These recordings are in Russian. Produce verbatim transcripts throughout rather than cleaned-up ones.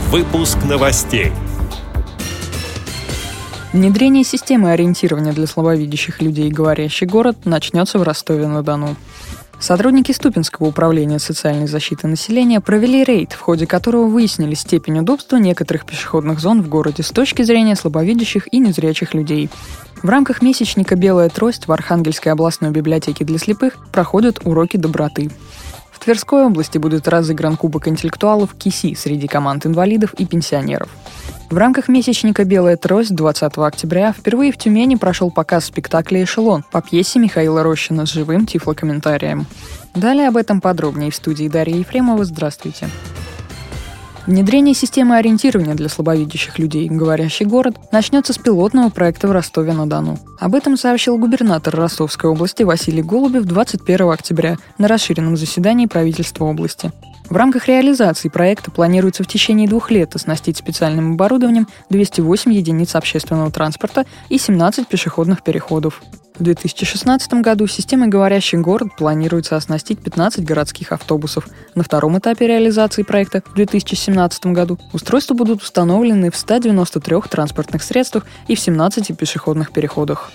Выпуск новостей. Внедрение системы ориентирования для слабовидящих людей «Говорящий город» начнется в Ростове-на-Дону. Сотрудники Ступинского управления социальной защиты населения провели рейд, в ходе которого выяснили степень удобства некоторых пешеходных зон в городе с точки зрения слабовидящих и незрячих людей. В рамках месячника «Белая трость» в Архангельской областной библиотеке для слепых проходят уроки доброты. В Тверской области будет разыгран Кубок интеллектуалов КИСИ среди команд инвалидов и пенсионеров. В рамках месячника «Белая трость» двадцатого октября впервые в Тюмени прошел показ спектакля «Эшелон» по пьесе Михаила Рощина с живым тифлокомментарием. Далее об этом подробнее в студии Дарья Ефремова. Здравствуйте. Внедрение системы ориентирования для слабовидящих людей «Говорящий город» начнется с пилотного проекта в Ростове-на-Дону. Об этом сообщил губернатор Ростовской области Василий Голубев двадцать первого октября на расширенном заседании правительства области. В рамках реализации проекта планируется в течение двух лет оснастить специальным оборудованием двести восемь единиц общественного транспорта и семнадцать пешеходных переходов. В две тысячи шестнадцатом году системой «Говорящий город» планируется оснастить пятнадцать городских автобусов. На втором этапе реализации проекта в две тысячи семнадцатом году устройства будут установлены в ста девяноста трёх транспортных средствах и в семнадцати пешеходных переходах.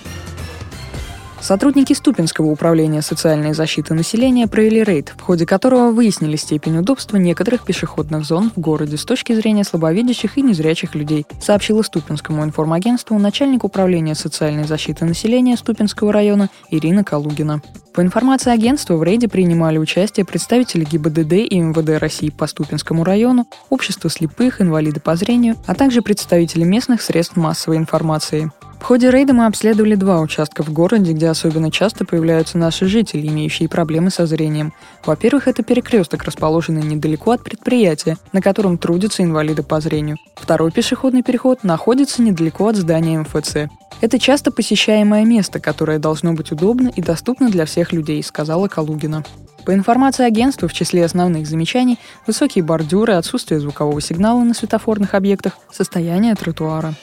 Сотрудники Ступинского управления социальной защиты населения провели рейд, в ходе которого выяснили степень удобства некоторых пешеходных зон в городе с точки зрения слабовидящих и незрячих людей, сообщила Ступинскому информагентству начальник управления социальной защиты населения Ступинского района Ирина Калугина. По информации агентства, в рейде принимали участие представители ГИБДД и МВД России по Ступинскому району, общество слепых, инвалиды по зрению, а также представители местных средств массовой информации. В ходе рейда мы обследовали два участка в городе, где особенно часто появляются наши жители, имеющие проблемы со зрением. Во-первых, это перекресток, расположенный недалеко от предприятия, на котором трудятся инвалиды по зрению. Второй пешеходный переход находится недалеко от здания эм эф цэ. Это часто посещаемое место, которое должно быть удобно и доступно для всех людей, сказала Калугина. По информации агентства, в числе основных замечаний – высокие бордюры, отсутствие звукового сигнала на светофорных объектах, состояние тротуара.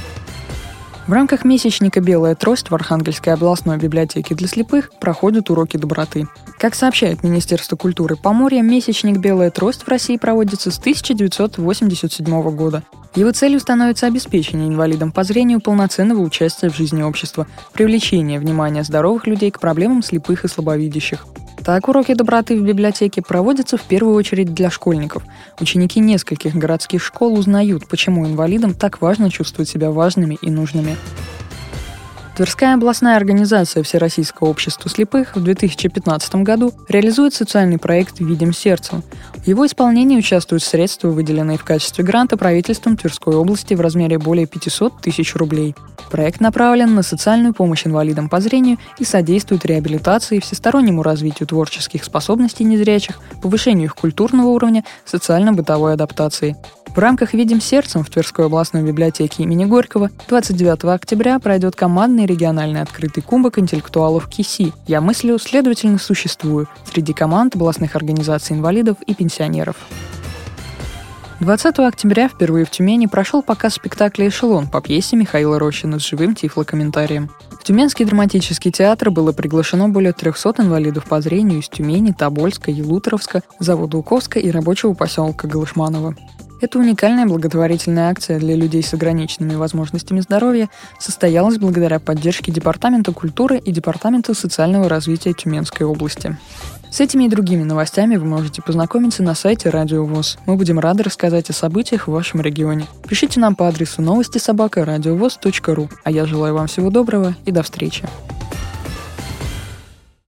В рамках месячника «Белая трость» в Архангельской областной библиотеке для слепых проходят уроки доброты. Как сообщает Министерство культуры Поморья, месячник «Белая трость» в России проводится с тысяча девятьсот восемьдесят седьмого года. Его целью становится обеспечение инвалидам по зрению полноценного участия в жизни общества, привлечение внимания здоровых людей к проблемам слепых и слабовидящих. Так, уроки доброты в библиотеке проводятся в первую очередь для школьников. Ученики нескольких городских школ узнают, почему инвалидам так важно чувствовать себя важными и нужными. Тверская областная организация Всероссийского общества слепых в две тысячи пятнадцатом году реализует социальный проект «Видим сердцем». В его исполнении участвуют средства, выделенные в качестве гранта правительством Тверской области в размере более пятьсот тысяч рублей. Проект направлен на социальную помощь инвалидам по зрению и содействует реабилитации, всестороннему развитию творческих способностей незрячих, повышению их культурного уровня, социально-бытовой адаптации. В рамках «Видим сердцем» в Тверской областной библиотеке имени Горького двадцать девятого октября пройдет командный региональный открытый кубок интеллектуалов КИСИ «Я мыслю, следовательно, существую» среди команд областных организаций инвалидов и пенсионеров. двадцатого октября впервые в Тюмени прошел показ спектакля «Эшелон» по пьесе Михаила Рощина с живым тифлокомментарием. В Тюменский драматический театр было приглашено более трехсот инвалидов по зрению из Тюмени, Тобольска, Елуторовска, Заводоуковска и рабочего поселка Галышманово. Эта уникальная благотворительная акция для людей с ограниченными возможностями здоровья состоялась благодаря поддержке Департамента культуры и Департамента социального развития Тюменской области. С этими и другими новостями вы можете познакомиться на сайте Радио ВОС. Мы будем рады рассказать о событиях в вашем регионе. Пишите нам по адресу новости собака радиовос точка ру. А я желаю вам всего доброго и до встречи.